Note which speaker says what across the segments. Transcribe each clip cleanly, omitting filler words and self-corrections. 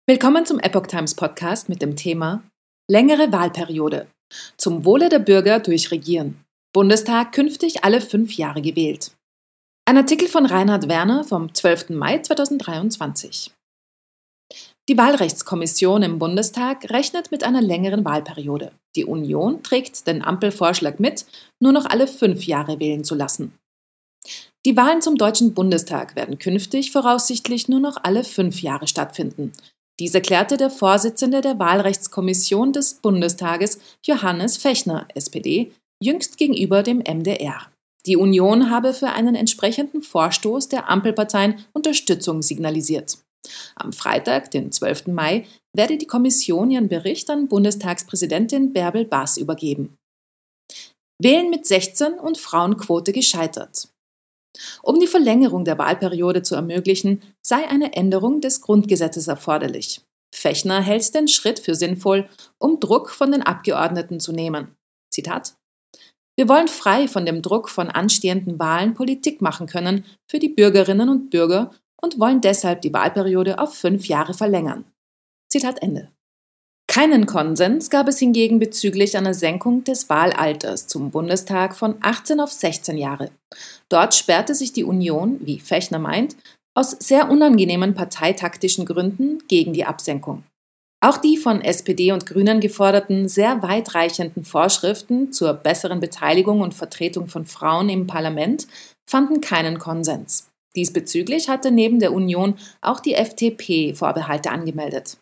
Speaker 1: Willkommen zum Epoch Times Podcast mit dem Thema Längere Wahlperiode. Zum Wohle der Bürger durch Regieren. Bundestag künftig alle 5 Jahre gewählt. Ein Artikel von Reinhard Werner vom 12. Mai 2023. Die Wahlrechtskommission im Bundestag rechnet mit einer längeren Wahlperiode. Die Union trägt den Ampelvorschlag mit, nur noch alle 5 Jahre wählen zu lassen. Die Wahlen zum Deutschen Bundestag werden künftig voraussichtlich nur noch alle 5 Jahre stattfinden. Dies erklärte der Vorsitzende der Wahlrechtskommission des Bundestages, Johannes Fechner, SPD, jüngst gegenüber dem MDR. Die Union habe für einen entsprechenden Vorstoß der Ampelparteien Unterstützung signalisiert. Am Freitag, den 12. Mai, werde die Kommission ihren Bericht an Bundestagspräsidentin Bärbel Baas übergeben. Wählen mit 16 und Frauenquote gescheitert. Um die Verlängerung der Wahlperiode zu ermöglichen, sei eine Änderung des Grundgesetzes erforderlich. Fechner hält den Schritt für sinnvoll, um Druck von den Abgeordneten zu nehmen. Zitat: Wir wollen frei von dem Druck von anstehenden Wahlen Politik machen können für die Bürgerinnen und Bürger und wollen deshalb die Wahlperiode auf 5 Jahre verlängern. Zitat Ende. Keinen Konsens gab es hingegen bezüglich einer Senkung des Wahlalters zum Bundestag von 18 auf 16 Jahre. Dort sperrte sich die Union, wie Fechner meint, aus sehr unangenehmen parteitaktischen Gründen gegen die Absenkung. Auch die von SPD und Grünen geforderten sehr weitreichenden Vorschriften zur besseren Beteiligung und Vertretung von Frauen im Parlament fanden keinen Konsens. Diesbezüglich hatte neben der Union auch die FDP Vorbehalte angemeldet.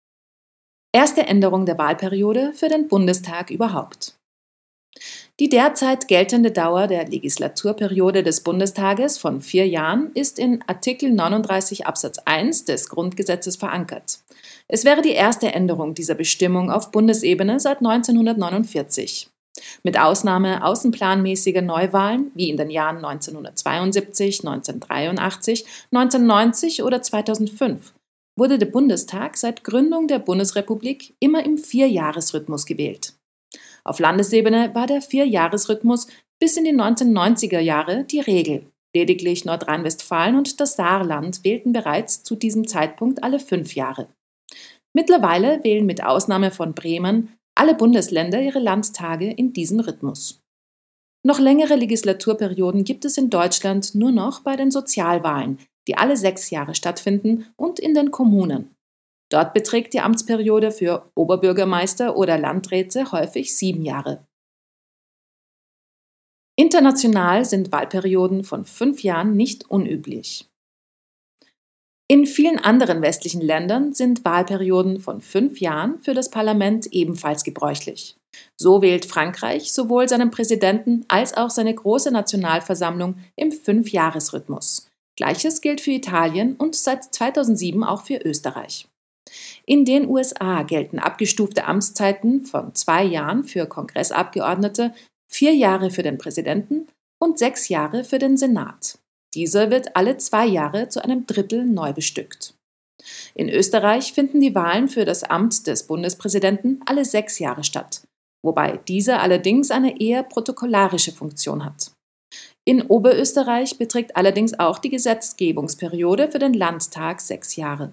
Speaker 1: Erste Änderung der Wahlperiode für den Bundestag überhaupt. Die derzeit geltende Dauer der Legislaturperiode des Bundestages von 4 Jahren ist in Artikel 39 Absatz 1 des Grundgesetzes verankert. Es wäre die erste Änderung dieser Bestimmung auf Bundesebene seit 1949. Mit Ausnahme außenplanmäßiger Neuwahlen wie in den Jahren 1972, 1983, 1990 oder 2005 wurde der Bundestag seit Gründung der Bundesrepublik immer im 4-Jahres-Rhythmus gewählt. Auf Landesebene war der 4-Jahres-Rhythmus bis in die 1990er Jahre die Regel. Lediglich Nordrhein-Westfalen und das Saarland wählten bereits zu diesem Zeitpunkt alle 5 Jahre. Mittlerweile wählen mit Ausnahme von Bremen alle Bundesländer ihre Landtage in diesem Rhythmus. Noch längere Legislaturperioden gibt es in Deutschland nur noch bei den Sozialwahlen, die alle 6 Jahre stattfinden, und in den Kommunen. Dort beträgt die Amtsperiode für Oberbürgermeister oder Landräte häufig 7 Jahre. International sind Wahlperioden von 5 Jahren nicht unüblich. In vielen anderen westlichen Ländern sind Wahlperioden von 5 Jahren für das Parlament ebenfalls gebräuchlich. So wählt Frankreich sowohl seinen Präsidenten als auch seine große Nationalversammlung im 5-Jahres-Rhythmus. Gleiches gilt für Italien und seit 2007 auch für Österreich. In den USA gelten abgestufte Amtszeiten von 2 Jahren für Kongressabgeordnete, 4 Jahre für den Präsidenten und 6 Jahre für den Senat. Dieser wird alle 2 Jahre zu einem Drittel neu bestückt. In Österreich finden die Wahlen für das Amt des Bundespräsidenten alle 6 Jahre statt, wobei dieser allerdings eine eher protokollarische Funktion hat. In Oberösterreich beträgt allerdings auch die Gesetzgebungsperiode für den Landtag 6 Jahre.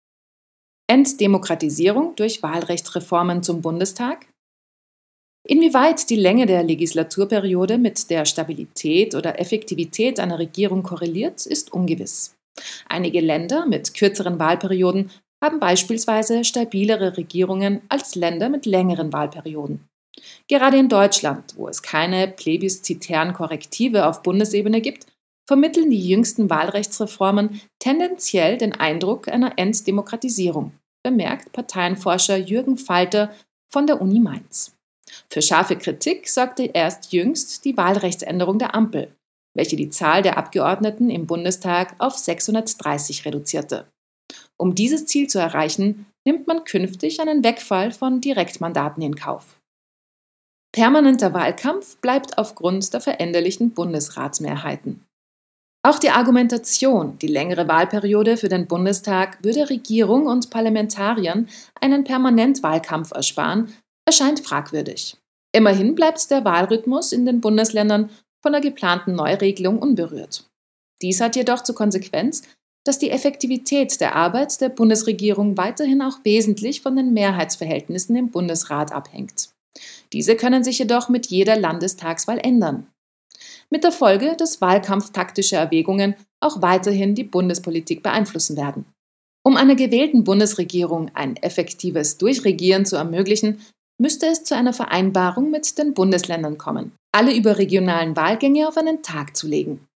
Speaker 1: Entdemokratisierung durch Wahlrechtsreformen zum Bundestag? Inwieweit die Länge der Legislaturperiode mit der Stabilität oder Effektivität einer Regierung korreliert, ist ungewiss. Einige Länder mit kürzeren Wahlperioden haben beispielsweise stabilere Regierungen als Länder mit längeren Wahlperioden. Gerade in Deutschland, wo es keine plebiszitären Korrektive auf Bundesebene gibt, vermitteln die jüngsten Wahlrechtsreformen tendenziell den Eindruck einer Entdemokratisierung, bemerkt Parteienforscher Jürgen Falter von der Uni Mainz. Für scharfe Kritik sorgte erst jüngst die Wahlrechtsänderung der Ampel, welche die Zahl der Abgeordneten im Bundestag auf 630 reduzierte. Um dieses Ziel zu erreichen, nimmt man künftig einen Wegfall von Direktmandaten in Kauf. Permanenter Wahlkampf bleibt aufgrund der veränderlichen Bundesratsmehrheiten. Auch die Argumentation, die längere Wahlperiode für den Bundestag würde Regierung und Parlamentariern einen Permanentwahlkampf ersparen, erscheint fragwürdig. Immerhin bleibt der Wahlrhythmus in den Bundesländern von der geplanten Neuregelung unberührt. Dies hat jedoch zur Konsequenz, dass die Effektivität der Arbeit der Bundesregierung weiterhin auch wesentlich von den Mehrheitsverhältnissen im Bundesrat abhängt. Diese können sich jedoch mit jeder Landestagswahl ändern. Mit der Folge, dass wahlkampftaktische Erwägungen auch weiterhin die Bundespolitik beeinflussen werden. Um einer gewählten Bundesregierung ein effektives Durchregieren zu ermöglichen, müsste es zu einer Vereinbarung mit den Bundesländern kommen, alle überregionalen Wahlgänge auf einen Tag zu legen.